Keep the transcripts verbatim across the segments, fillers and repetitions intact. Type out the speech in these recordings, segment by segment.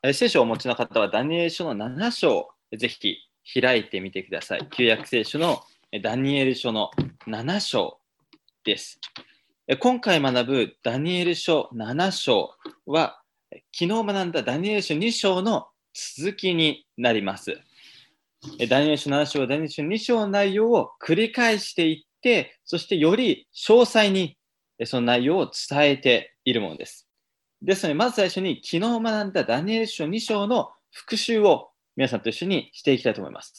え聖書をお持ちの方はダニエル書のなな章をぜひ開いてみてください。旧約聖書のダニエル書のなな章です。今回学ぶダニエル書なな章は昨日学んだダニエル書に章の続きになります。ダニエル書なな章はダニエル書に章の内容を繰り返していって、そしてより詳細にその内容を伝えているものです。ですので、まず最初に昨日学んだダニエル書に章の復習を皆さんと一緒にしていきたいと思います。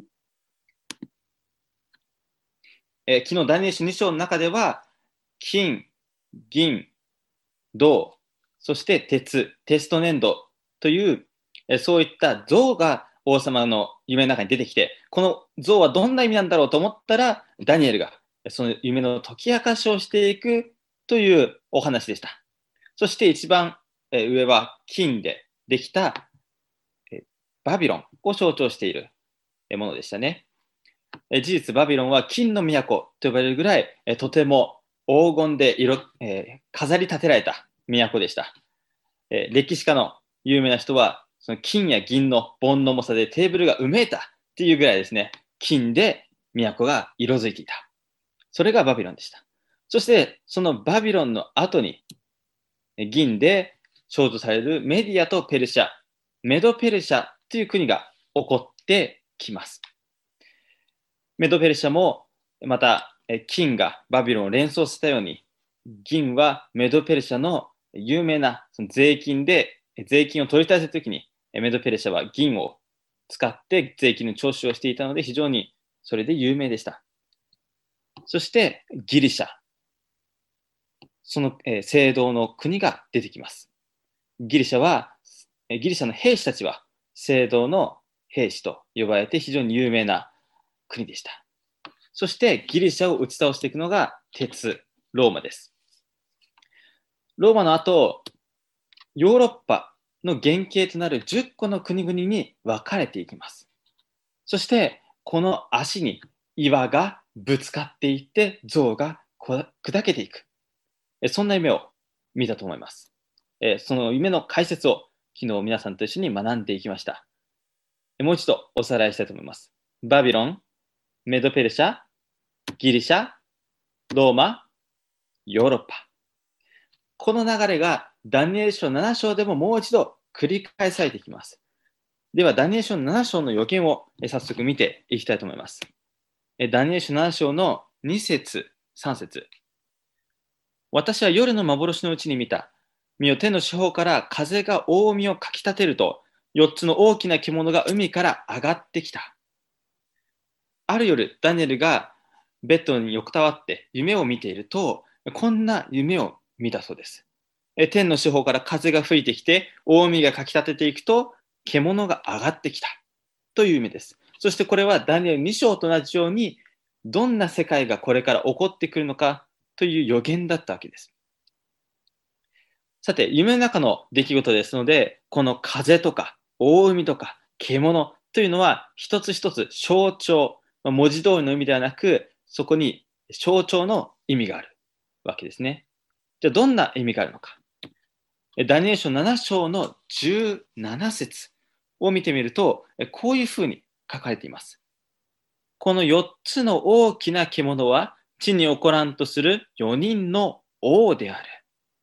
えー、昨日ダニエル書に章の中では、金、銀、銅、そして鉄、テスト粘土という、えー、そういった像が王様の夢の中に出てきて、この像はどんな意味なんだろうと思ったら、ダニエルがその夢の解き明かしをしていくというお話でした。そして一番上は金でできたバビロンを象徴しているものでしたね。事実、バビロンは金の都と呼ばれるぐらいとても黄金で色、えー、飾り立てられた都でした。歴史家の有名な人は、その金や銀の盆の重さでテーブルがうめいたっていうぐらいですね、金で都が色づいていた。それがバビロンでした。そして、そのバビロンの後に、銀で象徴されるメディアとペルシャ、メドペルシャという国が起こってきます。メドペルシャもまた金がバビロンを連想したように、銀はメドペルシャの有名なその税金で税金を取り立てるときに、メドペルシャは銀を使って税金の徴収をしていたので、非常にそれで有名でした。そしてギリシャ、その、えー、青銅の国が出てきます。ギリシャは、ギリシャの兵士たちは青銅の兵士と呼ばれて非常に有名な国でした。そしてギリシャを打ち倒していくのが鉄、ローマです。ローマの後、ヨーロッパの原型となるじゅっこの国々に分かれていきます。そしてこの足に岩がぶつかっていって像が砕けていく。そんな夢を見たと思います。その夢の解説を昨日皆さんと一緒に学んでいきました。もう一度おさらいしたいと思います。バビロン、メドペルシャ、ギリシャ、ローマ、ヨーロッパ。この流れがダニエル書なな章でももう一度繰り返されていきます。では、ダニエル書なな章の予言を早速見ていきたいと思います。ダニエル書なな章のに節、さん節。私は夜の幻のうちに見た。見よ、天の四方から風が大海をかきたてると、よっつの大きな獣が海から上がってきた。ある夜、ダニエルがベッドに横たわって夢を見ていると、こんな夢を見たそうです。天の四方から風が吹いてきて、大海がかきたてていくと、獣が上がってきたという夢です。そしてこれはダニエルに章と同じように、どんな世界がこれから起こってくるのかという予言だったわけです。さて、夢の中の出来事ですので、この風とか大海とか獣というのは一つ一つ象徴、文字通りの意味ではなく、そこに象徴の意味があるわけですね。じゃあどんな意味があるのか。ダニエル書なな章のじゅうなな節を見てみると、こういうふうに書かれています。このよっつの大きな獣は地に起こらんとするよにんの王である。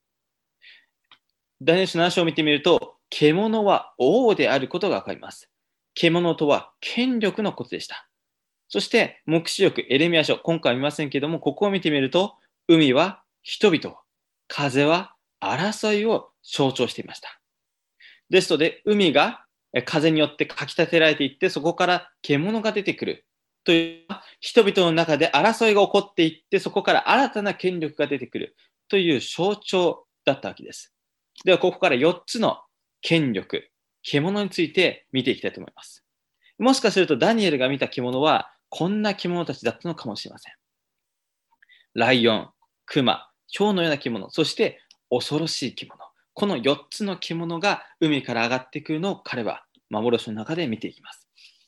ダニエル書なな章を見てみると、獣は王であることがわかります。獣とは権力のことでした。そして、黙示録エレミヤ書、今回は見ませんけれども、ここを見てみると、海は人々を、風は争いを象徴していました。ですので、海が風によってかきたてられていって、そこから獣が出てくるという、人々の中で争いが起こっていって、そこから新たな権力が出てくるという象徴だったわけです。では、ここからよっつの権力、獣について見ていきたいと思います。もしかするとダニエルが見た獣はこんな獣たちだったのかもしれません。ライオン、クマ、ヒョウのような獣、そして恐ろしい獣。このよっつの獣が海から上がってくるのを彼は幻の中で見ていきます。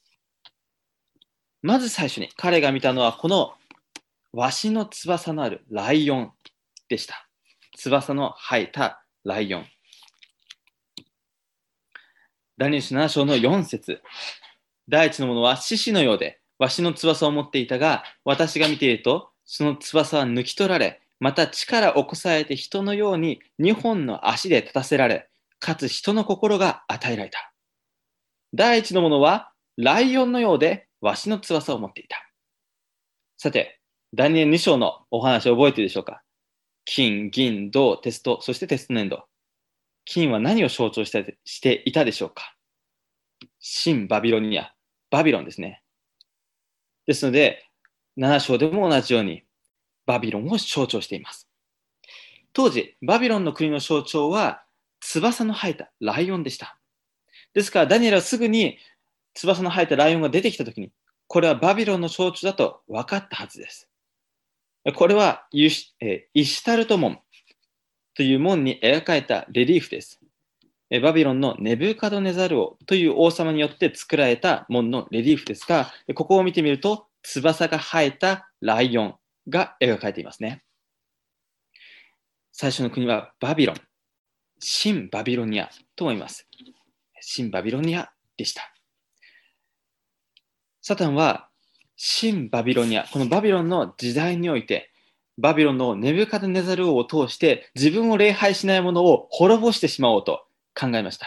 まず最初に彼が見たのはこのワシの翼のあるライオンでした。翼の生えたライオン。 ダニエル書なな章のよん節。第一のものは獅子のようで、わしの翼を持っていたが、私が見ていると、その翼は抜き取られ、また力を起こされて人のように二本の足で立たせられ、かつ人の心が与えられた。第一のものはライオンのようで、わしの翼を持っていた。さて、ダニエルに章のお話を覚えているでしょうか。金、銀、銅、テスト、そしてテスト粘土。金は何を象徴してしていたでしょうか。新バビロニア、バビロンですね。ですので、なな章でも同じように、バビロンを象徴しています。当時、バビロンの国の象徴は、翼の生えたライオンでした。ですから、ダニエルはすぐに翼の生えたライオンが出てきたときに、これはバビロンの象徴だと分かったはずです。これはイシュタルト門という門に描かれたレリーフです。バビロンのネブカドネザル王という王様によって作られた門のレリーフですが、ここを見てみると、翼が生えたライオンが描かれていますね。最初の国はバビロン、新バビロニアと思います。新バビロニアでした。サタンは新バビロニア、このバビロンの時代において、バビロンのネブカドネザル王を通して自分を礼拝しない者を滅ぼしてしまおうと考えました。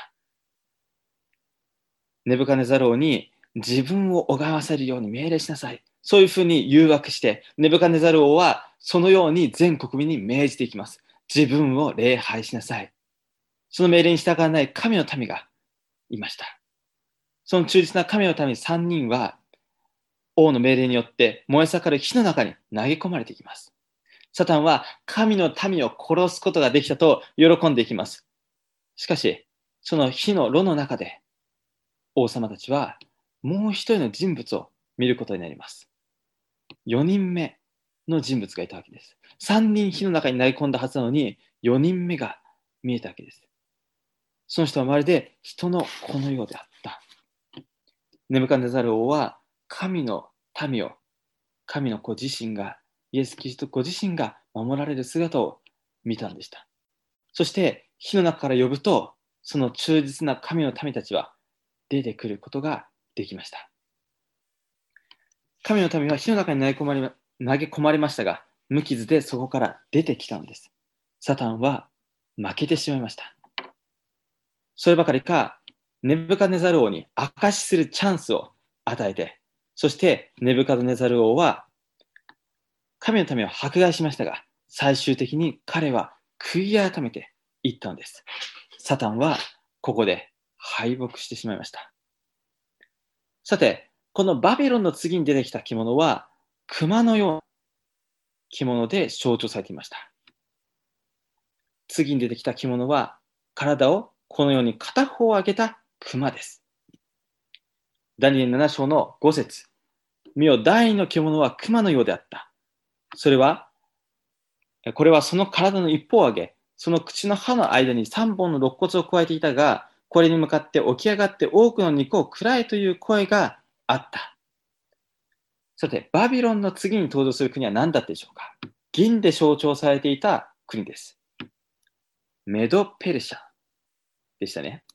ネブカドネザル王に自分を拝ませるように命令しなさい。そういうふうに誘惑して、ネブカドネザル王はそのように全国民に命じていきます。自分を礼拝しなさい。その命令に従わない神の民がいました。その忠実な神の民さんにんは、王の命令によって燃え盛る火の中に投げ込まれていきます。サタンは神の民を殺すことができたと喜んでいきます。しかし、その火の炉の中で、王様たちはもう一人の人物を見ることになります。よにんめの人物がいたわけです。さんにん火の中に投げ込んだはずなのに、よにんめが見えたわけです。その人はまるで人の子のようであった。ネブカドネザル王は神の民を、神の子自身が、イエス・キリストご自身が守られる姿を見たんでした。そして火の中から呼ぶと、その忠実な神の民たちは出てくることができました。神の民は火の中に投げ込まれ、投げ込まれましたが、無傷でそこから出てきたのです。サタンは負けてしまいました。そればかりか、ネブカドネザル王に証しするチャンスを与えて、そしてネブカドネザル王は神の民を迫害しましたが、最終的に彼は悔い改めていったのです。サタンはここで敗北してしまいました。さて、このバビロンの次に出てきた着物は、熊のような着物で象徴されていました。次に出てきた着物は、体をこのように片方上げた熊です。ダニエルなな章のご節。見よ、第二の獣は熊のようであった。それは、これはその体の一方を上げ、その口の歯の間に三本の肋骨を加えていたが、これに向かって起き上がって多くの肉を食らえという声があった。さて、バビロンの次に登場する国は何だったでしょうか。銀で象徴されていた国です。メドペルシャでしたね。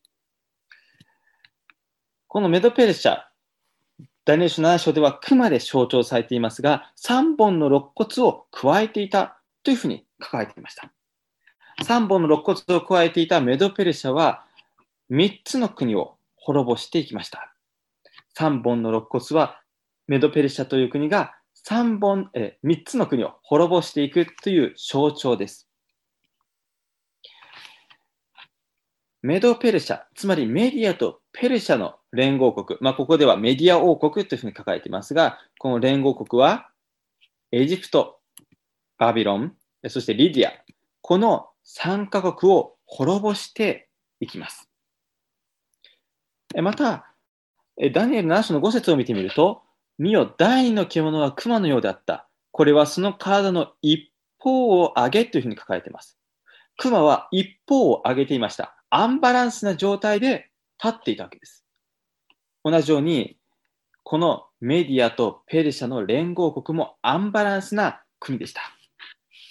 このメドペルシャ、ダニエル書なな章では熊で象徴されていますが、さんぼんの肋骨を加えていたというふうに書かれていました。さんぼんの肋骨を加えていたメドペルシャはみっつの国を滅ぼしていきました。さんぼんの肋骨はメドペルシャという国がさんぼん、えみっつの国を滅ぼしていくという象徴です。メドペルシャ、つまりメディアとペルシャの連合国、まあ、ここではメディア王国というふうに書かれていますが、この連合国はエジプト、バビロン、そしてリディア、このさんカ国を滅ぼしていきます。また、ダニエルなな章のご節を見てみると、見よ、第二の獣は熊のようであった。これはその体の一方を上げというふうに書かれています。熊は一方を上げていました。アンバランスな状態で立っていたわけです。同じように、このメディアとペルシャの連合国もアンバランスな国でした。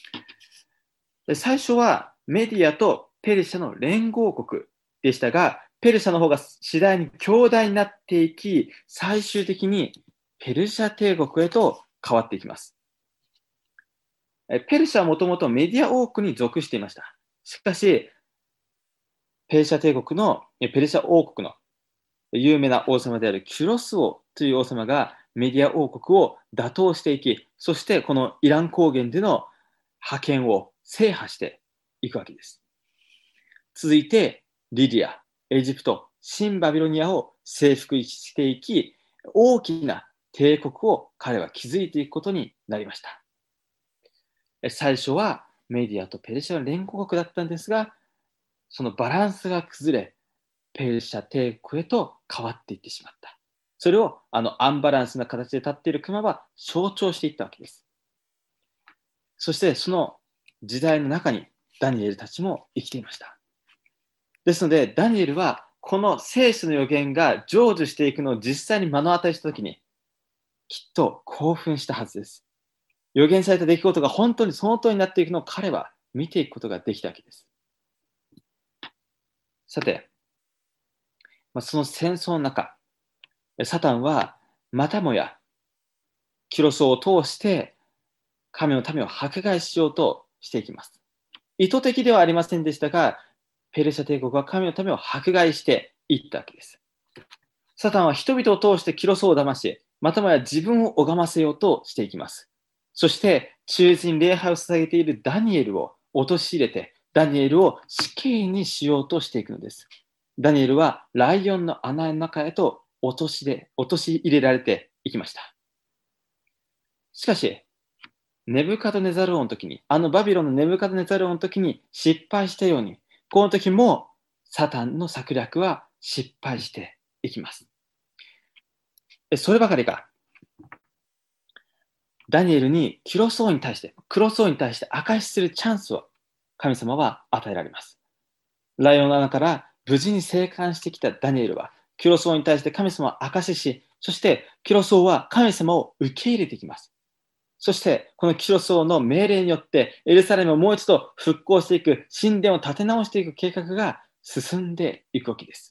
最初はメディアとペルシャの連合国でしたが、 ペルシャの方が次第に強大になっていき、最終的にペルシャ帝国へと変わっていきます。ペルシャはもともとメディア王国に属していました。しかし、ペルシャ帝国の、ペルシャ王国の有名な王様であるキュロス王という王様がメディア王国を打倒していき、そしてこのイラン高原での覇権を制覇していくわけです。続いて、リディア、エジプト、新バビロニアを征服していき、大きな帝国を彼は築いていくことになりました。最初はメディアとペルシャの連合国だったんですが、そのバランスが崩れ、ペルシャ帝国へと変わっていってしまった。それをあのアンバランスな形で立っている熊は象徴していったわけです。そしてその時代の中にダニエルたちも生きていました。ですので、ダニエルはこの聖書の予言が成就していくのを実際に目の当たりしたときに、きっと興奮したはずです。予言された出来事が本当にその通りになっていくのを彼は見ていくことができたわけです。さて、まあ、その戦争の中、サタンはまたもやキロソを通して神の民を迫害しようとしていきます。意図的ではありませんでしたが、ペルシャ帝国は神の民を迫害していったわけです。サタンは人々を通してキロソを騙し、またもや自分を拝ませようとしていきます。そして忠実に礼拝を捧げているダニエルを陥れて、ダニエルを死刑にしようとしていくのです。ダニエルはライオンの穴の中へと陥れ、陥れられていきました。しかし、ネブカドネザル王の時に、あのバビロンのネブカドネザル王の時に失敗したように、この時もサタンの策略は失敗していきます。そればかりか、ダニエルにキロソーに対して、クロソーに対して証しするチャンスを神様は与えられます。ライオンの穴から無事に生還してきたダニエルは、キロソーに対して神様を証しし、そしてキロソーは神様を受け入れていきます。そして、このキロソーの命令によって、エルサレムをもう一度復興していく、神殿を建て直していく計画が進んでいくわけです。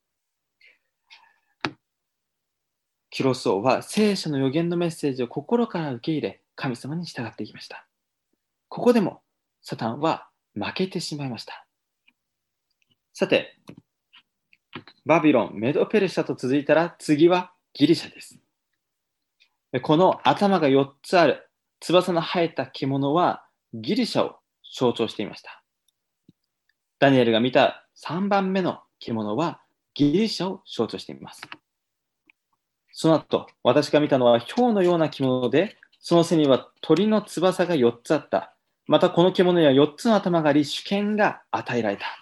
キロソーは聖書の予言のメッセージを心から受け入れ、神様に従っていきました。ここでも、サタンは負けてしまいました。さて、バビロン、メドペルシャと続いたら、次はギリシャです。この頭がよっつある翼の生えた着物はギリシャを象徴していました。ダニエルが見たさんばんめの着物はギリシャを象徴しています。その後、私が見たのは豹のような着物で、その背には鳥の翼がよっつあった。またこの着物にはよっつの頭があり、主権が与えられた。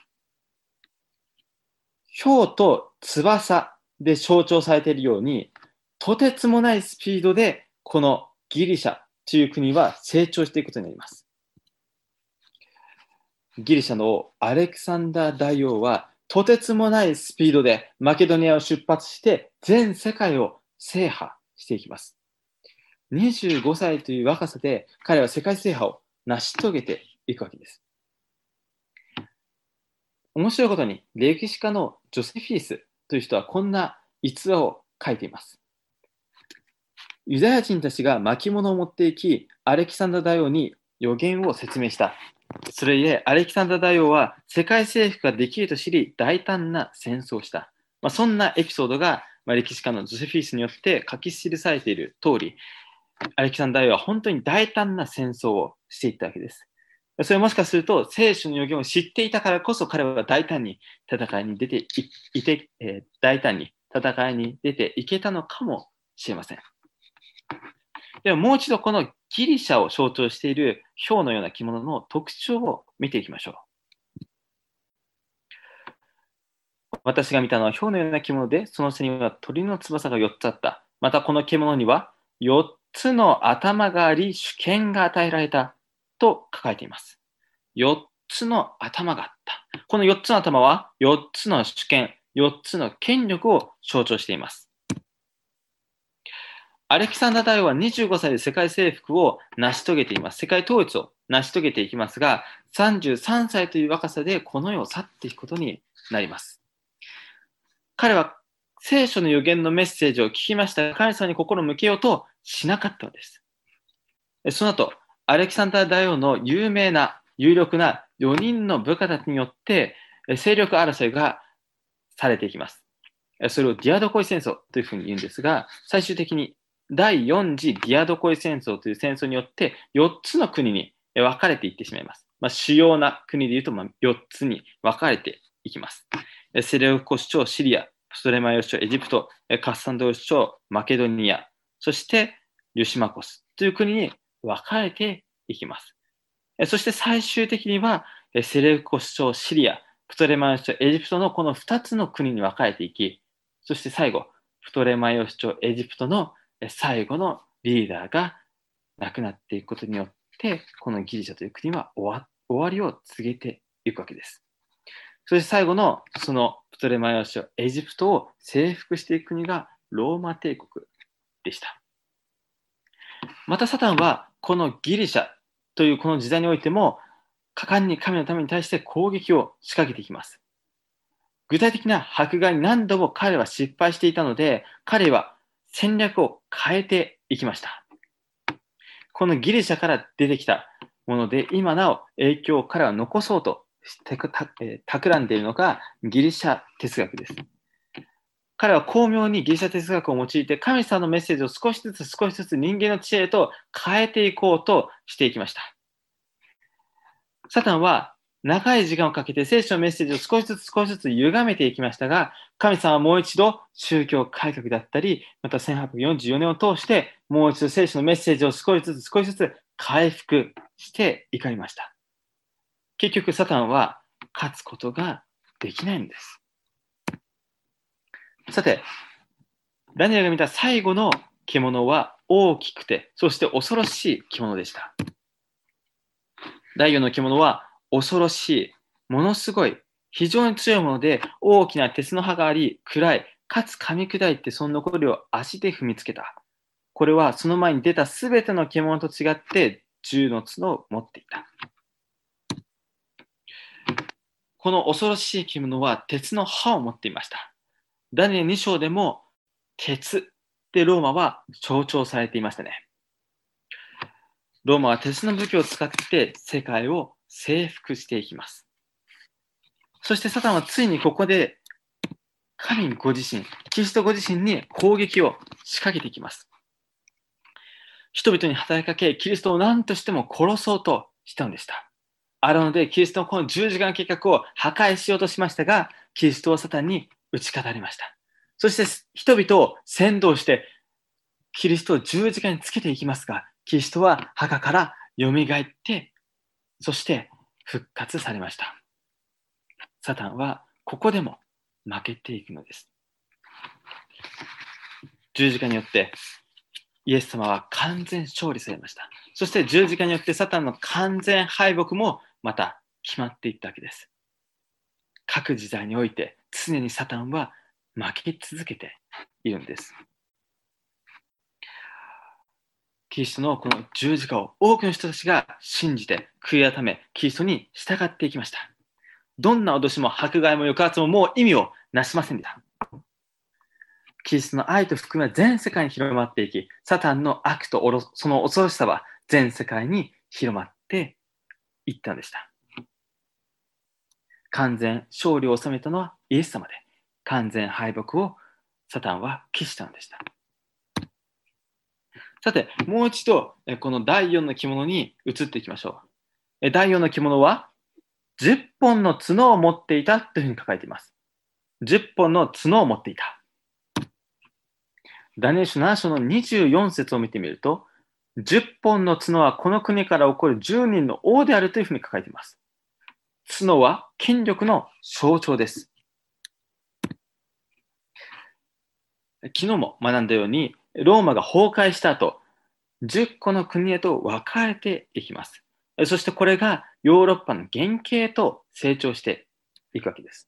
豹と翼で象徴されているように、とてつもないスピードでこのギリシャという国は成長していくことになります。ギリシャのアレクサンダー大王はとてつもないスピードでマケドニアを出発して全世界を制覇していきます。にじゅうごさいという若さで彼は世界制覇を成し遂げていくわけです。面白いことに歴史家のジョセフィースという人はこんな逸話を書いています。ユダヤ人たちが巻物を持っていき、アレキサンダー大王に予言を説明した。それゆえ、アレキサンダー大王は世界征服ができると知り、大胆な戦争をした。まあ、そんなエピソードが、まあ、歴史家のジョセフィースによって書き記されている通り、アレキサンダー大王は本当に大胆な戦争をしていったわけです。それもしかすると、聖書の予言を知っていたからこそ、彼は大胆に戦いに出て い, いて、えー、大胆に戦いに出ていけたのかもしれません。ではもう一度このギリシャを象徴している豹のような着物の特徴を見ていきましょう。私が見たのは豹のような着物で、その背には鳥の翼がよっつあった。またこの着物にはよっつの頭があり、主権が与えられたと書かれています。よっつの頭があった。このよっつの頭はよっつの主権、よっつの権力を象徴しています。アレキサンダー大王はにじゅうごさいで世界征服を成し遂げています。世界統一を成し遂げていきますが、さんじゅうさんさいという若さでこの世を去っていくことになります。 彼は聖書の預言のメッセージを聞きましたが、神様に心を向けようとしなかったのです。その後、アレキサンダー大王の有名な、有力なよにんの部下たちによって勢力争いがされていきます。それをディアドコイ戦争というふうに言うんですが、最終的にだいよん次ディアドコイ戦争という戦争によってよっつの国に分かれていってしまいます。まあ、主要な国でいうとよっつに分かれていきます。セレウコ首長シリア、プトレマイオ首長エジプト、カッサンドル首長マケドニア、そしてリュシマコスという国に分かれていきます。そして最終的にはセレウコ首長シリア、プトレマイオ首長エジプトのこのふたつの国に分かれていき、そして最後、プトレマイオ首長エジプトの最後のリーダーが亡くなっていくことによって、このギリシャという国は終わ、終わりを告げていくわけです。そして最後のそのプトレマイオ首長エジプトを征服していく国がローマ帝国でした。またサタンはこのギリシャというこの時代においても果敢に神のために対して攻撃を仕掛けていきます。具体的な迫害に何度も彼は失敗していたので、彼は戦略を変えていきました。このギリシャから出てきたもので、今なお影響を彼は残そうとして企んでいるのがギリシャ哲学です。彼は巧妙にギリシャ哲学を用いて、神様のメッセージを少しずつ少しずつ人間の知恵へと変えていこうとしていきました。サタンは長い時間をかけて聖書のメッセージを少しずつ少しずつ歪めていきましたが、神様はもう一度宗教改革だったり、またせんはっぴゃくよんじゅうよねんを通してもう一度聖書のメッセージを少しずつ少しずつ回復していかれました。結局サタンは勝つことができないんです。さて、ダニエルが見た最後の獣は大きくて、そして恐ろしい獣でした。だいよんの獣は恐ろしい、ものすごい、非常に強いもので、大きな鉄の刃があり、暗い、かつ噛み砕いてその残りを足で踏みつけた。これはその前に出たすべての獣と違って銃の角を持っていた。この恐ろしい獣は鉄の刃を持っていました。ダニエルに章でも鉄でローマは象徴されていましたね。ローマは鉄の武器を使って世界を征服していきます。そしてサタンはついにここで神ご自身、キリストご自身に攻撃を仕掛けていきます。人々に働きかけ、キリストを何としても殺そうとしたのでした。あるので、キリストのこの十字架の計画を破壊しようとしましたが、キリストはサタンに打ち勝たれました。そして人々を先導して、キリストを十字架につけていきますが、キリストは墓からよみがえって、そして復活されました。サタンはここでも負けていくのです。十字架によってイエス様は完全勝利されました。そして十字架によってサタンの完全敗北もまた決まっていったわけです。各時代において常にサタンは負け続けているんです。キリストのこの十字架を多くの人たちが信じて悔い改め、キリストに従っていきました。どんな脅しも迫害も抑圧ももう意味をなしませんでした。キリストの愛と福音は全世界に広まっていき、サタンの悪とその恐ろしさは全世界に広まっていったのでした。完全勝利を収めたのはイエス様で、完全敗北をサタンは消したのでした。さて、もう一度このだいよんの獣に移っていきましょう。だいよんの獣はじゅっぽんの角を持っていたというふうに書かれています。じゅっぽんの角を持っていた。ダニエル書なな章のにじゅうよん節を見てみると、じゅっぽんの角はこの国から起こるじゅうにんの王であるというふうに書かれています。角は権力の象徴です。昨日も学んだように、ローマが崩壊した後、じゅっこの国へと分かれていきます。そしてこれがヨーロッパの原型と成長していくわけです。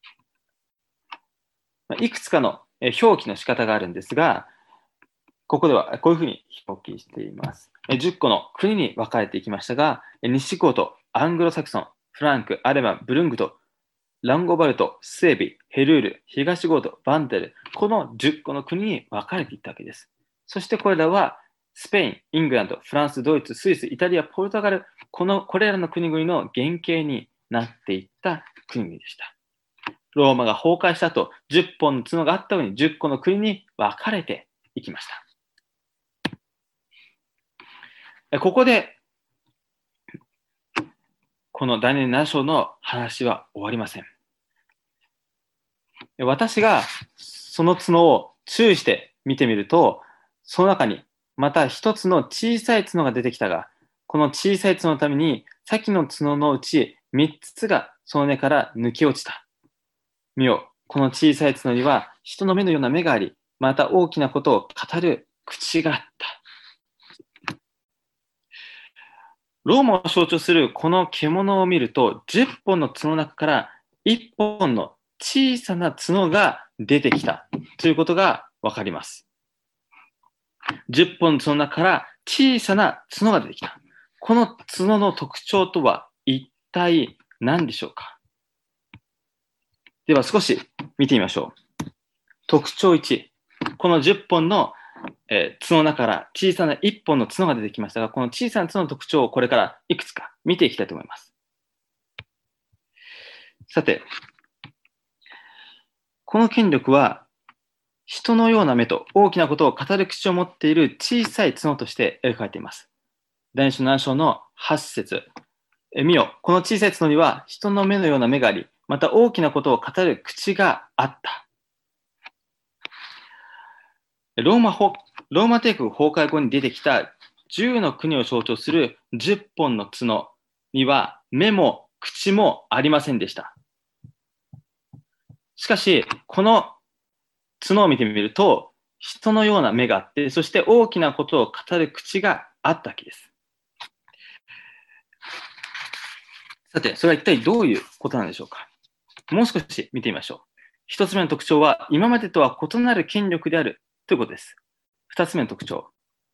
いくつかの表記の仕方があるんですが、ここではこういうふうに表記しています。じゅっこの国に分かれていきましたが、西ゴート、アングロサクソン、フランク、アレマン、ブルングとランゴバルト、スエビ、ヘルール、東ゴード、バンデル、このじゅっこの国に分かれていったわけです。そしてこれらはスペイン、イングランド、フランス、ドイツ、スイス、イタリア、ポルトガル、このこれらの国々の原型になっていった国々でした。ローマが崩壊した後、じゅっぽんの角があったようにじゅっこの国に分かれていきました。ここでこのダニエルなな章の話は終わりません。私がその角を注意して見てみると、その中にまた一つの小さい角が出てきたが、この小さい角のために先の角のうちみっつがその根から抜け落ちた。見よ、この小さい角には人の目のような目があり、また大きなことを語る口があった。ローマを象徴するこの獣を見ると、じゅっぽんの角の中からいっぽんの小さな角が出てきたということがわかります。じゅっぽんの角の中から小さな角が出てきた。この角の特徴とは一体何でしょうか。では少し見てみましょう。特徴いち。このじゅっぽんの、えー、角の中から小さないっぽんの角が出てきましたが、この小さな角の特徴をこれからいくつか見ていきたいと思います。さて、この権力は人のような目と大きなことを語る口を持っている小さい角として描かれています。ダニエル書なな章のはち節。え見よ、この小さい角には人の目のような目があり、また大きなことを語る口があった。ローマ法ローマ帝国崩壊後に出てきたじゅうの国を象徴するじゅっぽんの角には目も口もありませんでした。しかし、この角を見てみると、人のような目があって、そして大きなことを語る口があったわけです。さて、それは一体どういうことなんでしょうか。もう少し見てみましょう。一つ目の特徴は、今までとは異なる権力であるということです。二つ目の特徴。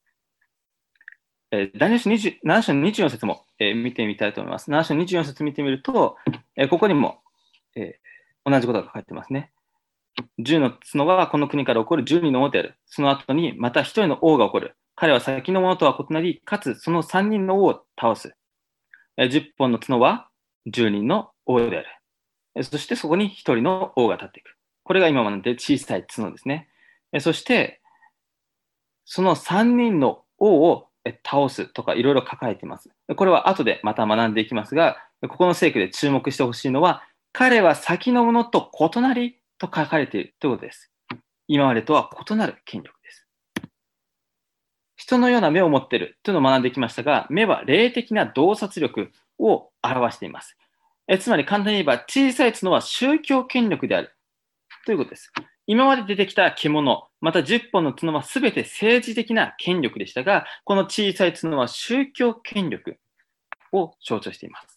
えー、ダニエル書なな章のにじゅうよん節も、えー、見てみたいと思います。なな章にじゅうよん節見てみると、えー、ここにも、えー、同じことが書かれてますね。じゅうの角はこの国から起こるじゅうにんの王である。その後にまたひとりの王が起こる。彼は先のものとは異なり、かつそのさんにんの王を倒す。じゅっぽんの角はじゅうにんの王である。そしてそこにひとりの王が立っていく。これが今まで小さい角ですね。そして、そのさんにんの王を倒すとかいろいろ書かれています。これは後でまた学んでいきますが、ここの聖句で注目してほしいのは、彼は先のものと異なりと書かれているということです。今までとは異なる権力です。人のような目を持っているというのを学んできましたが、目は霊的な洞察力を表しています。えつまり簡単に言えば、小さい角は宗教権力であるということです。今まで出てきた獣、またじゅっぽんの角はすべて政治的な権力でしたが、この小さい角は宗教権力を象徴しています。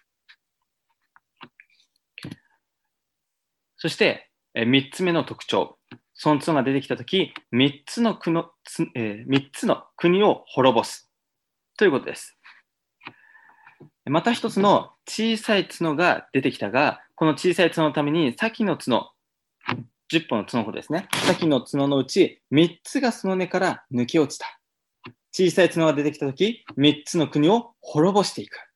そして、みっつめの特徴。その角が出てきたとき、みっつの国、えー、みっつの国を滅ぼすということです。また一つの小さい角が出てきたが、この小さい角のために先の角、じゅっぽんの角のことですね。先の角のうちみっつがその根から抜け落ちた。小さい角が出てきたとき、みっつの国を滅ぼしていく。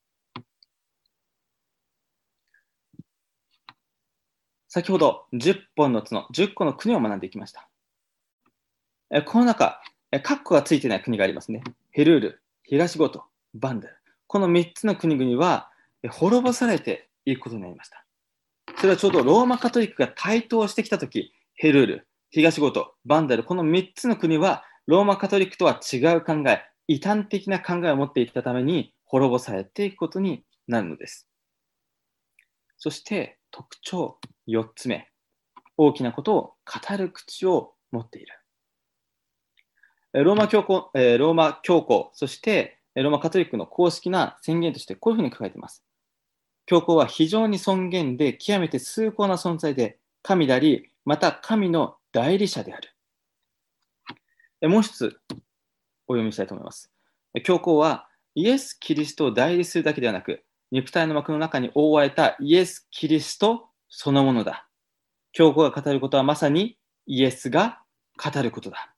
先ほどじゅっぽんの角、じゅっこの国を学んでいきました。この中、カッコがついていない国がありますね。ヘルール、東ゴト、バンダル。このみっつの国々は滅ぼされていくことになりました。それはちょうどローマカトリックが台頭してきたとき、ヘルール、東ゴト、バンダル、このみっつの国はローマカトリックとは違う考え、異端的な考えを持っていたために滅ぼされていくことになるのです。そして特徴よっつめ、大きなことを語る口を持っている。ローマ教皇、ローマ教皇、そしてローマカトリックの公式な宣言としてこういうふうに書かれています。教皇は非常に尊厳で極めて崇高な存在で神であり、また神の代理者である。もう一つお読みしたいと思います。教皇はイエス・キリストを代理するだけではなく、肉体の膜の中に覆われたイエス・キリストそのものだ。教皇が語ることはまさにイエスが語ることだ。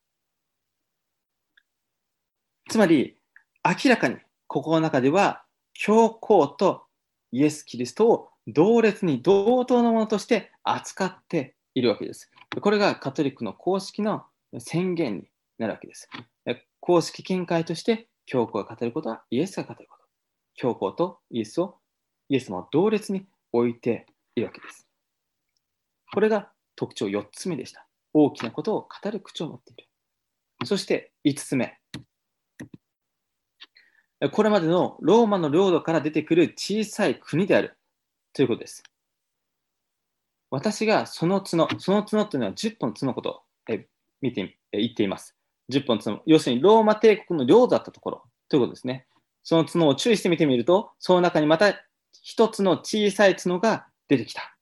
つまり、明らかにここの中では、教皇とイエス・キリストを同列に同等のものとして扱っているわけです。これがカトリックの公式の宣言になるわけです。公式見解として、教皇が語ることはイエスが語ること。教皇とイエスを、イエスも同列に置いているわけです。これが特徴よっつめでした。大きなことを語る口を持っている。そしていつつめ。これまでのローマの領土から出てくる小さい国であるということです。私がその角、その角というのはじゅっぽん角のことをえ見てえ言っています。じゅっぽん角。要するにローマ帝国の領土だったところということですね。その角を注意して見てみると、その中にまた一つの小さい角が出てきた。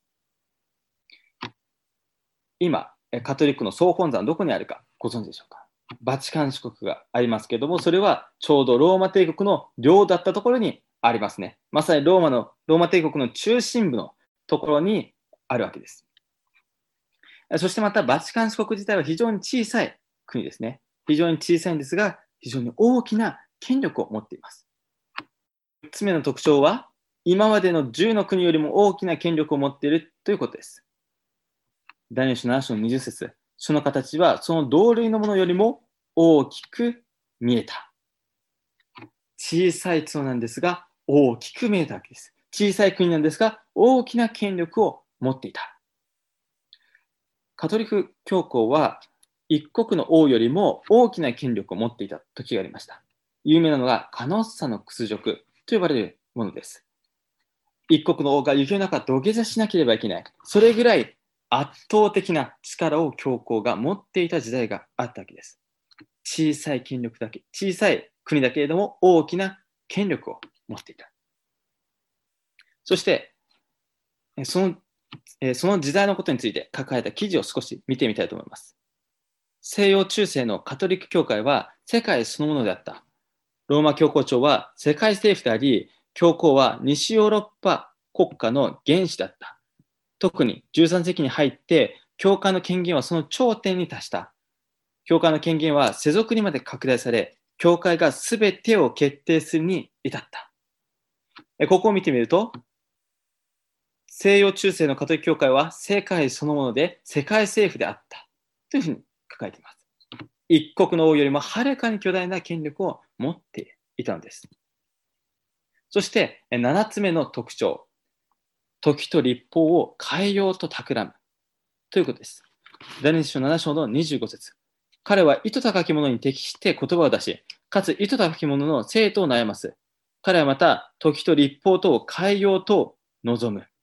今、カトリックの総本山どこにあるかご存知でしょうか。バチカン市国がありますけれども、それはちょうどローマ帝国の領だったところにありますね。まさにローマのローマ帝国の中心部のところにあるわけです。そしてまたバチカン市国自体は非常に小さい国ですね。非常に小さいんですが、非常に大きな権力を持っています。みっつめの特徴は、今までのじゅうの国よりも大きな権力を持っているということです。ダニエル書なな章のにじゅっ節、その形はその同類のものよりも大きく見えた。小さい角なんですが、大きく見えたわけです。小さい国なんですが、大きな権力を持っていた。カトリック教皇は、一国の王よりも大きな権力を持っていた時がありました。有名なのが、カノッサの屈辱と呼ばれるものです。一国の王が雪の中土下座しなければいけない。それぐらい圧倒的な力を教皇が持っていた時代があったわけです。小さい権力だけ、小さい国だけれども大きな権力を持っていた。そして、その、その時代のことについて書かれた記事を少し見てみたいと思います。西洋中世のカトリック教会は世界そのものであった。ローマ教皇庁は世界政府であり、教皇は西ヨーロッパ国家の元首だった。特にじゅうさん世紀に入って、教会の権限はその頂点に達した。教会の権限は世俗にまで拡大され、教会がすべてを決定するに至った。ここを見てみると、西洋中世のカトリック教会は世界そのもので世界政府であったというふうに書かれています。一国の王よりもはるかに巨大な権力を持っていたのです。そしてななつめの特徴。時と立法を変えようと企むということです。ダニエル書なな章のにじゅうご節。彼は糸高き者に適して言葉を出し、かつ糸高き者の生徒を悩ます。彼はまた時と立法とを変えようと望む。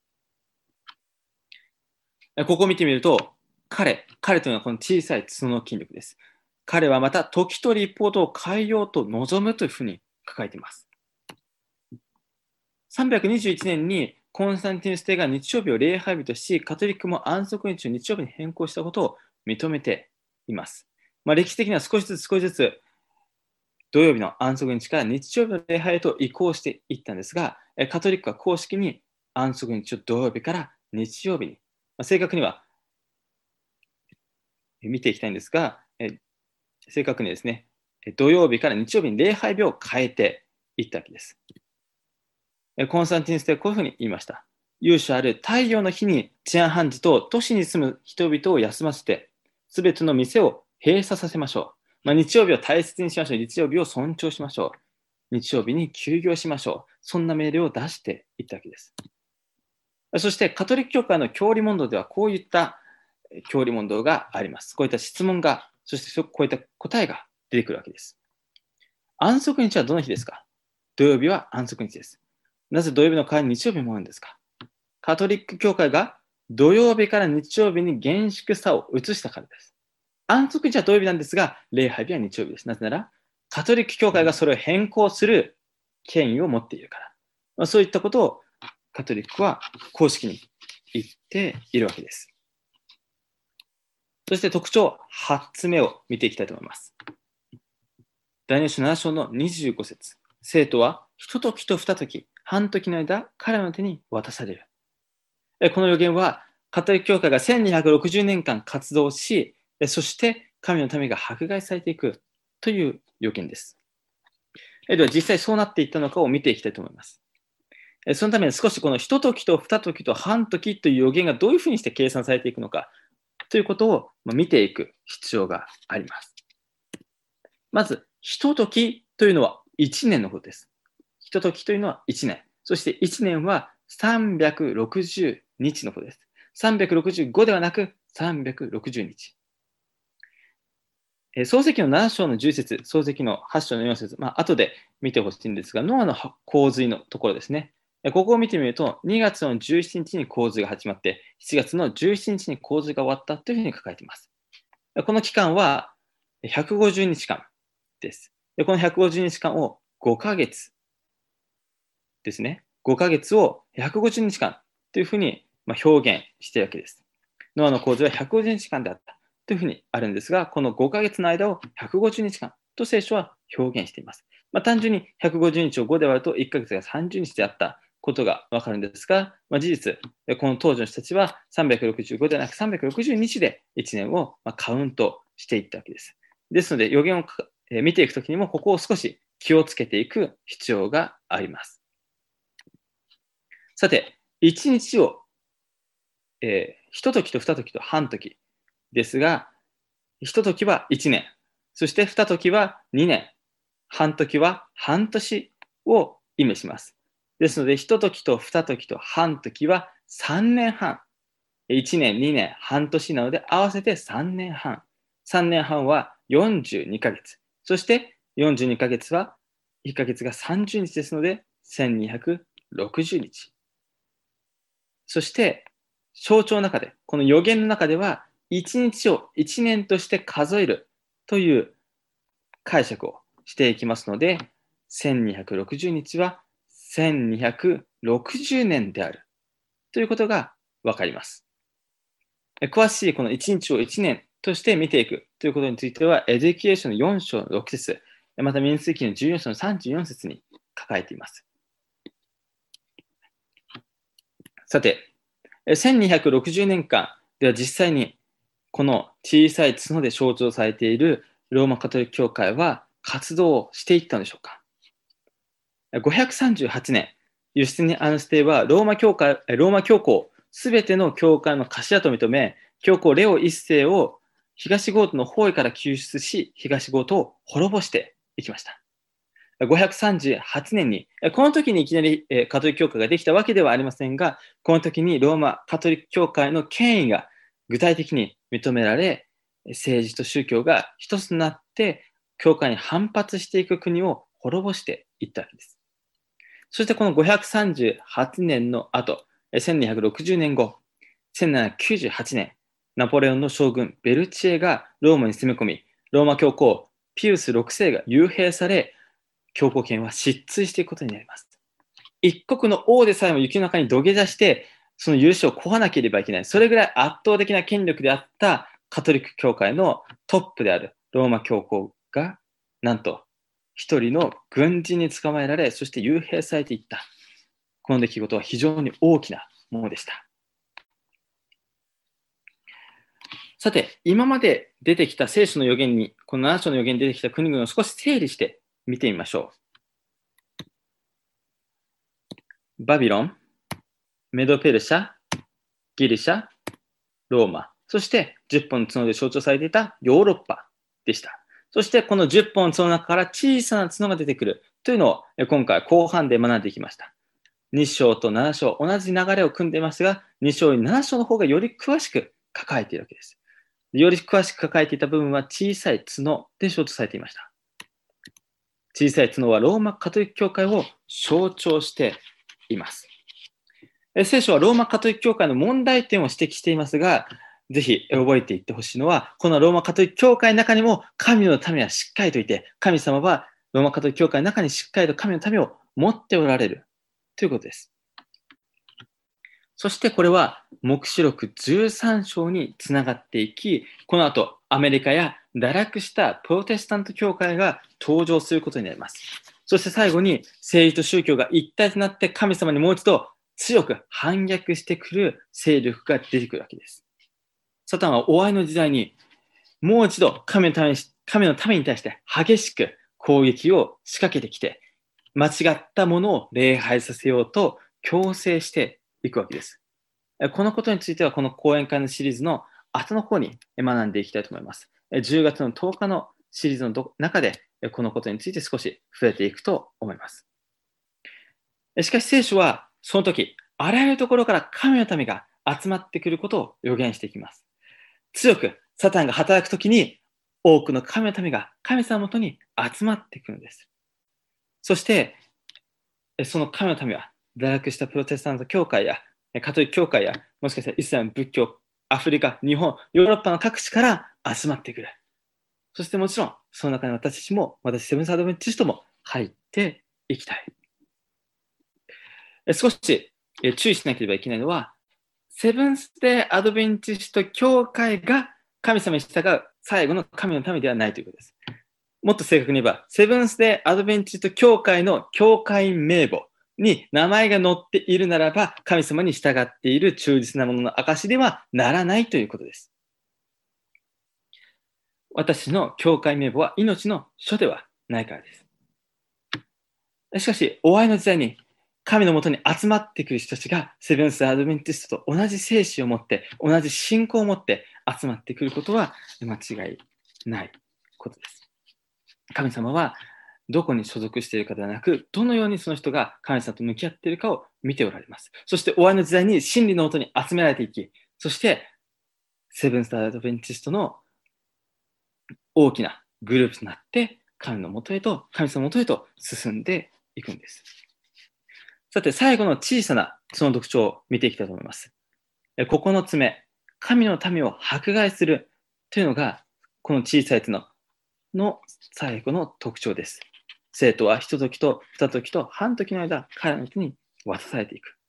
ここを見てみると、彼、彼というのはこの小さい角の筋力です。彼はまた時と立法とを変えようと望むというふうに書かれています。さんびゃくにじゅういちねんにコンスタンティヌス帝が日曜日を礼拝日とし、カトリックも安息日を日曜日に変更したことを認めています。まあ、歴史的には少しずつ少しずつ土曜日の安息日から日曜日の礼拝へと移行していったんですが、カトリックは公式に安息日を土曜日から日曜日に、まあ、正確には見ていきたいんですが、え正確にですね、土曜日から日曜日に礼拝日を変えていったわけです。コンスタンティヌス帝はこういうふうに言いました。由緒ある太陽の日に治安判事と都市に住む人々を休ませて、すべての店を閉鎖させましょう。まあ、日曜日を大切にしましょう。日曜日を尊重しましょう。日曜日に休業しましょう。そんな命令を出していったわけです。そしてカトリック教会の教理問答ではこういった教理問答があります。こういった質問が、そしてこういった答えが出てくるわけです。安息日はどの日ですか？土曜日は安息日です。なぜ土曜日の代わりに日曜日もあるんですか？カトリック教会が土曜日から日曜日に厳粛さを移したからです。安息日は土曜日なんですが、礼拝日は日曜日です。なぜなら、カトリック教会がそれを変更する権威を持っているから。まあ、そういったことをカトリックは公式に言っているわけです。そして特徴はちつめを見ていきたいと思います。ダニエル書なな章のにじゅうご節。生徒は一時と二時、半時の間、彼の手に渡される。 この預言はカトリック教会がせんにひゃくろくじゅうねんかん活動し、そして神の民が迫害されていくという預言です。では実際そうなっていったのかを見ていきたいと思います。そのために少しこの一時と二時と半時という預言がどういうふうにして計算されていくのかということを見ていく必要があります。まず、一時というのはいちねんのことです。一時というのはいちねん。そしていちねんはさんびゃくろくじゅうにちのことです。さんびゃくろくじゅうごではなくさんびゃくろくじゅうにち。創世記のなな章のじゅう節、創世記のはち章のよん節、まあ後で見てほしいんですが、ノアの洪水のところですね。ここを見てみると、にがつのじゅうしちにちに洪水が始まって、しちがつのじゅうしちにちに洪水が終わったというふうに書かれています。この期間はひゃくごじゅうにちかんです。でこのひゃくごじゅうにちかんをごかげつですね。ごかげつをひゃくごじゅうにちかんというふうに表現しているわけです。ノアの洪水はひゃくごじゅうにちかんであったというふうにあるんですが、このごかげつの間をひゃくごじゅうにちかんと聖書は表現しています。まあ、単純にひゃくごじゅうにちをごで割るといっかげつがさんじゅうにちであったことがわかるんですが、まあ、事実、この当時の人たちはさんびゃくろくじゅうごではなくさんびゃくろくじゅうにちでいちねんをカウントしていったわけです。ですので、予言を見ていくときにも、ここを少し気をつけていく必要があります。さて、いちにちを、えー、一時と二時と半時ですが、一時はいちねん、そして二時はにねん、半時は半年を意味します。ですので、一時と二時と半時はさんねんはん。いちねん、にねん、半年なので合わせてさんねんはん。さんねんはんはよんじゅうにかげつ。そしてよんじゅうにかげつはいっかげつがさんじゅうにちですのでせんにひゃくろくじゅうにち。そして象徴の中で、この予言の中ではいちにちをいちねんとして数えるという解釈をしていきますので、せんにひゃくろくじゅうにちはせんにひゃくろくじゅうねんであるということがわかります。詳しいこのいちにちをいちねんとして見ていくということについては、エデュケーションのよん章のろく節、また民数記のじゅうよん章のさんじゅうよん節に書かれています。さて、せんにひゃくろくじゅうねんかんでは実際にこの小さい角で象徴されているローマカトリック教会は活動をしていったのでしょうか。ごひゃくさんじゅうはちねん、ユスティニアヌス帝はローマ教会、ローマ教皇すべての教会の頭と認め、教皇レオ一世を東ゴートの包囲から救出し、東ゴートを滅ぼしていきました。ごひゃくさんじゅうはちねんに、この時にいきなりカトリック教会ができたわけではありませんが、この時にローマカトリック教会の権威が具体的に認められ、政治と宗教が一つになって、教会に反発していく国を滅ぼしていったわけです。そしてこのごひゃくさんじゅうはちねんの後、せんにひゃくろくじゅうねんご、せんななひゃくきゅうじゅうはちねん、ナポレオンの将軍ベルチエがローマに攻め込み、ローマ教皇ピウスろく世が幽閉され、教皇権は失墜していくことになります。一国の王でさえも雪の中に土下座して、その許しを請わなければいけない。それぐらい圧倒的な権力であったカトリック教会のトップであるローマ教皇が、なんと一人の軍人に捕まえられ、そして幽閉されていった。この出来事は非常に大きなものでした。さて、今まで出てきた聖書の預言に、このなな章の預言に出てきた国々を少し整理して見てみましょう。バビロン、メドペルシャ、ギリシャ、ローマ、そしてじゅっぽんの角で象徴されていたヨーロッパでした。そしてこのじゅっぽんの角の中から小さな角が出てくるというのを今回後半で学んでいきました。に章となな章、同じ流れを組んでいますが、に章よりなな章の方がより詳しく書かれているわけです。より詳しく書かれていた部分は小さい角で象徴されていました。小さい角はローマカトリック教会を象徴しています。聖書はローマカトリック教会の問題点を指摘していますが、ぜひ覚えていってほしいのは、このローマカトリック教会の中にも神の民はしっかりといて、神様はローマカトリック教会の中にしっかりと神の民を持っておられるということです。そしてこれは黙示録じゅうさん章につながっていき、この後アメリカや堕落したプロテスタント教会が登場することになります。そして最後に政治と宗教が一体となって神様にもう一度強く反逆してくる勢力が出てくるわけです。サタンは終わりの時代にもう一度神のために、神のために対して激しく攻撃を仕掛けてきて、間違ったものを礼拝させようと強制していくわけです。このことについてはこの講演会のシリーズの後の方に学んでいきたいと思います。じゅうがつのとおかのシリーズの中でこのことについて少し触れていくと思います。しかし聖書はその時、あらゆるところから神の民が集まってくることを予言していきます。強くサタンが働くときに多くの神の民が神様のもとに集まってくるんです。そしてその神の民は堕落したプロテスタント教会やカトリック教会やもしかしたらイスラム仏教、アフリカ、日本、ヨーロッパの各地から集まってくる。そしてもちろんその中に私たちも、私セブンスアドベンチストも入っていきたい。少し注意しなければいけないのは、セブンスデーアドベンチスト教会が神様に従う最後の神の民ではないということです。もっと正確に言えば、セブンスデーアドベンチスト教会の教会名簿に名前が載っているならば、神様に従っている忠実なものの証ではならないということです。私の教会名簿は命の書ではないからです。しかし、終わりの時代に神のもとに集まってくる人たちがセブンス・アドベンティストと同じ精神を持って、同じ信仰を持って集まってくることは間違いないことです。神様はどこに所属しているかではなく、どのようにその人が神様と向き合っているかを見ておられます。そして終わりの時代に真理のもとに集められていき、そしてセブンス・アドベンティストの大きなグループとなって神のもとへと、神様のもとへと進んでいくんです。さて、最後の小さなその特徴を見ていきたいと思います。ここのつめ、神の民を迫害するというのが、この小さいつのの最後の特徴です。生徒はひとときとふたときと半時の間、彼の手に渡されていく。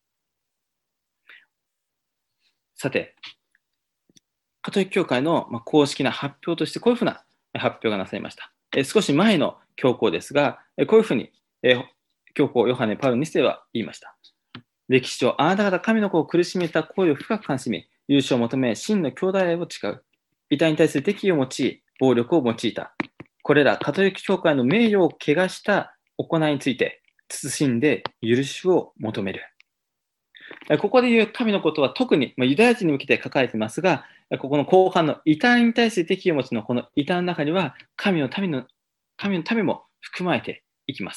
さて、カトリック教会の公式な発表としてこういうふうな発表がなされました。少し前の教皇ですが、こういうふうに教皇ヨハネ・パウロに世は言いました。歴史上、あなた方神の子を苦しめた行為を深く関しみ、優勝を求め、真の兄弟愛を誓う。異端に対する敵意を用い、暴力を用いた。これらカトリック教会の名誉を汚した行いについて、慎んで許しを求める。ここで言う神のことは特にユダヤ人に向けて書かれていますが、ここの後半の異端に対する敵意を持ちのこの異端の中には、神の民の、神の民も含まれていきます。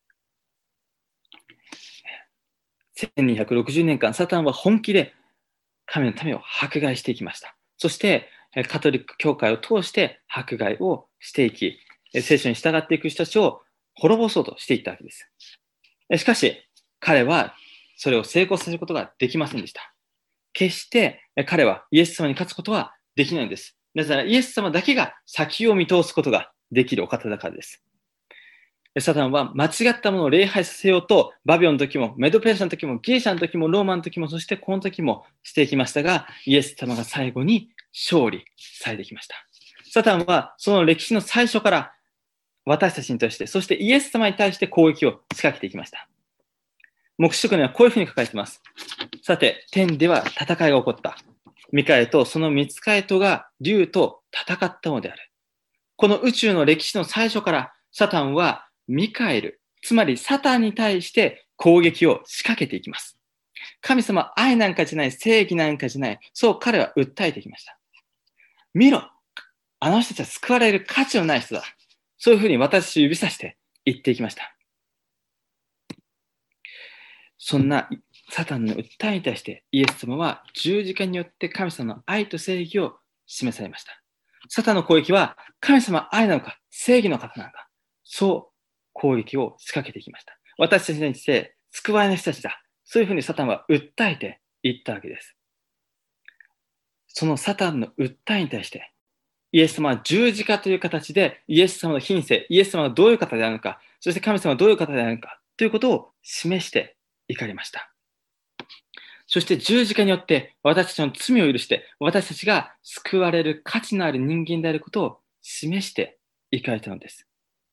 せんにひゃくろくじゅうねんかん、サタンは本気で神の民を迫害していきました。そして、カトリック教会を通して迫害をしていき、聖書に従っていく人たちを滅ぼそうとしていったわけです。しかし、彼はそれを成功させることができませんでした。決して彼はイエス様に勝つことはできないんです。なぜならイエス様だけが先を見通すことができるお方だからです。サタンは間違ったものを礼拝させようと、バビロンの時も、メドペルシャの時も、ギリシャの時も、ローマの時も、そしてこの時もしていきましたが、イエス様が最後に勝利されてきました。サタンはその歴史の最初から私たちに対して、そしてイエス様に対して攻撃を仕掛けていきました。黙示録にはこういうふうに書かれています。さて、天では戦いが起こった。ミカエルとその御使いとが竜と戦ったのである。この宇宙の歴史の最初からサタンはミカエル、つまりサタンに対して攻撃を仕掛けていきます。神様は愛なんかじゃない、正義なんかじゃない、そう彼は訴えてきました。見ろ、あの人たちは救われる価値のない人だ。そういうふうに私を指さして言っていきました。そんなサタンの訴えに対してイエス様は十字架によって神様の愛と正義を示されました。サタンの攻撃は神様は愛なのか正義の方なのか、そう攻撃を仕掛けていきました。私たちにして救われない人たちだ。そういうふうにサタンは訴えていったわけです。そのサタンの訴えに対してイエス様は十字架という形でイエス様の品性、イエス様がどういう方であるのか、そして神様はどういう方であるのかということを示していかれました。そして十字架によって私たちの罪を許して私たちが救われる価値のある人間であることを示していかれたのです。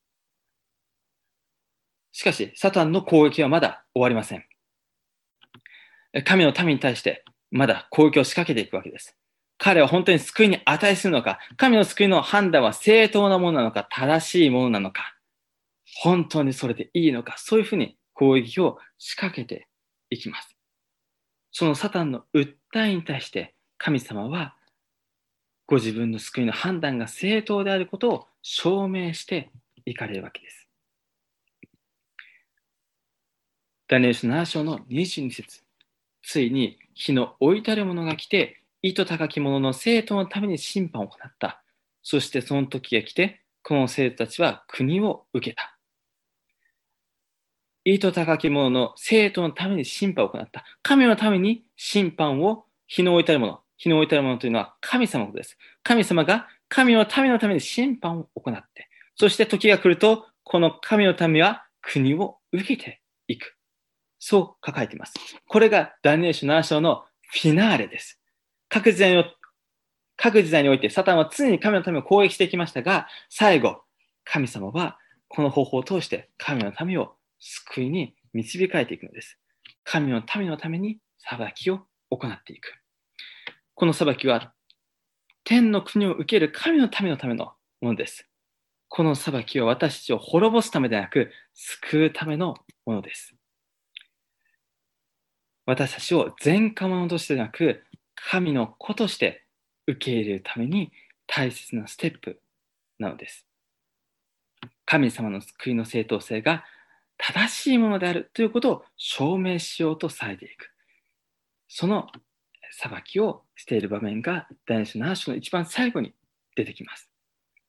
しかしサタンの攻撃はまだ終わりません。 神の民に対してまだ攻撃を仕掛けていくわけです。彼は本当に救いに値するのか、神の救いの判断は正当なものなのか、正しいものなのか、本当にそれでいいのか、そういうふうに攻撃を仕掛けていきます。そのサタンの訴えに対して神様はご自分の救いの判断が正当であることを証明していかれるわけです。ダニエル書なな章のにじゅうに節、ついに火の置いてある者が来て、意図高き者の生徒のために審判を行った。そしてその時が来て、この生徒たちは国を受けた。意図高き者の生徒のために審判を行った。神のために審判を、火の置いてある者、火の置いてある者というのは神様のことです。神様が神の民のために審判を行って、そして時が来ると、この神の民は国を受けていく。そう書かれています。これがダニエル書なな章のフィナーレです。各時代に、各時代においてサタンは常に神の民を攻撃してきましたが、最後、神様はこの方法を通して神の民を救いに導かれていくのです。神の民のために裁きを行っていく。この裁きは天の国を受ける神の民のためのものです。この裁きは私たちを滅ぼすためでなく、救うためのものです。私たちを前科者としてでなく、神の子として受け入れるために大切なステップなのです。神様の救いの正当性が正しいものであるということを証明しようとされていく。その裁きをしている場面がダニエル書なな章の一番最後に出てきます。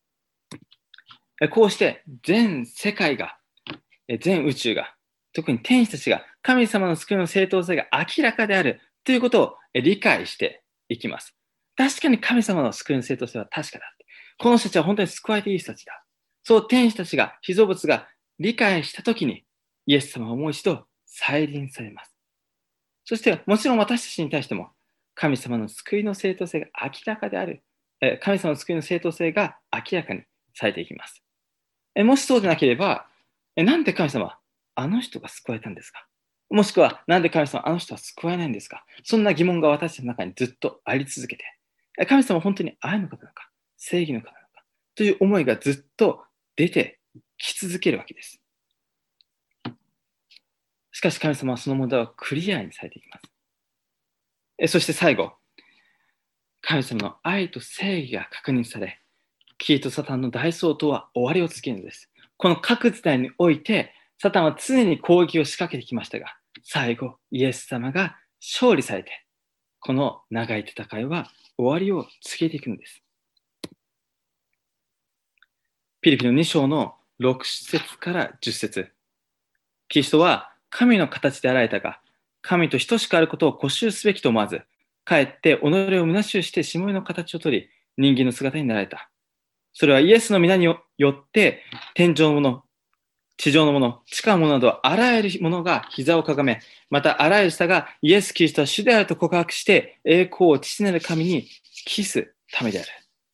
こうして全世界が、全宇宙が、特に天使たちが神様の救いの正当性が明らかであるということを理解していきます。確かに神様の救いの正当性は確かだ。この人たちは本当に救われていい人たちだ。そう天使たちが、被造物が理解したときに、イエス様はもう一度再臨されます。そしてもちろん私たちに対しても、神様の救いの正当性が明らかである、神様の救いの正当性が明らかにされていきます。もしそうでなければ、なんで神様、あの人が救われたんですか？もしくは、なんで神様、あの人は救われないんですか？そんな疑問が私たちの中にずっとあり続けて、神様は本当に愛の方なのか、正義の方なのか、という思いがずっと出てき続けるわけです。しかし神様はその問題をクリアにされていきます。そして最後、神様の愛と正義が確認され、キリとサタンの大争闘は終わりを告げるのです。この各時代において、サタンは常に攻撃を仕掛けてきましたが、最後、イエス様が勝利されて、この長い戦いは終わりを告げていくのです。ピリピのに章のろく節からじゅっ節。キリストは神の形であられたが、神と等しくあることを固執すべきと思わず、かえって己を虚しゅうしてしもべの形をとり、人間の姿になられた。それはイエスの皆によって、天上のもの、地上のもの、地下のものなど、あらゆるものが膝をかがめ、またあらゆる人がイエス・キリストは主であると告白して、栄光を父なる神に帰すためである。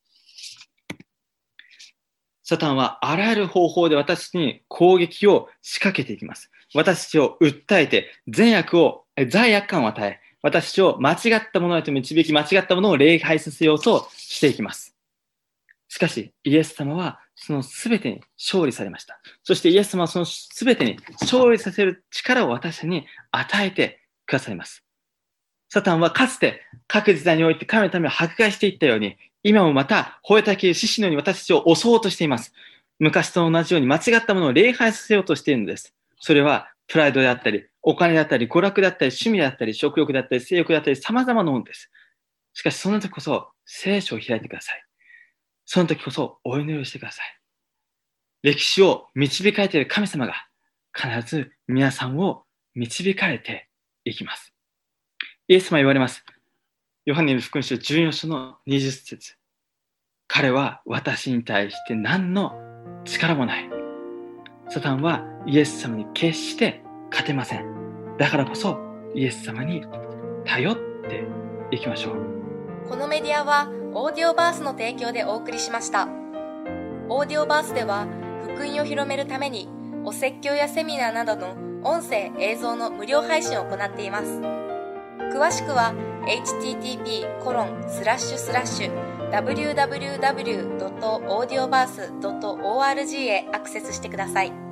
サタンはあらゆる方法で私に攻撃を仕掛けていきます。私たちを訴えて、善悪を、罪悪感を与え、私たちを間違ったものへと導き、間違ったものを礼拝させようとしていきます。しかし、イエス様はそのすべてに勝利されました。そしてイエス様はそのすべてに勝利させる力を私たちに与えてくださいます。サタンはかつて各時代において神のためを迫害していったように、今もまた吠えたきる獅子のように私たちを襲おうとしています。昔と同じように間違ったものを礼拝させようとしているのです。それはプライドであったり、お金であったり、娯楽であったり、趣味であったり、食欲であったり、性欲であったり、様々なものです。しかしその時こそ聖書を開いてください。その時こそお祈りをしてください。歴史を導かれている神様が必ず皆さんを導かれていきます。イエス様は言われます。ヨハネの福音書じゅうよん章のにじゅっ節。彼は私に対して何の力もない。サタンはイエス様に決して勝てません。だからこそイエス様に頼っていきましょう。 このメディアはオーディオバースの提供でお送りしました。オーディオバースでは福音を広めるためにお説教やセミナーなどの音声・映像の無料配信を行っています。 詳しくは エイチティーティーピーコロンスラッシュスラッシュダブリューダブリューダブリュードットオーディオバースドットオーアールジー へアクセスしてください。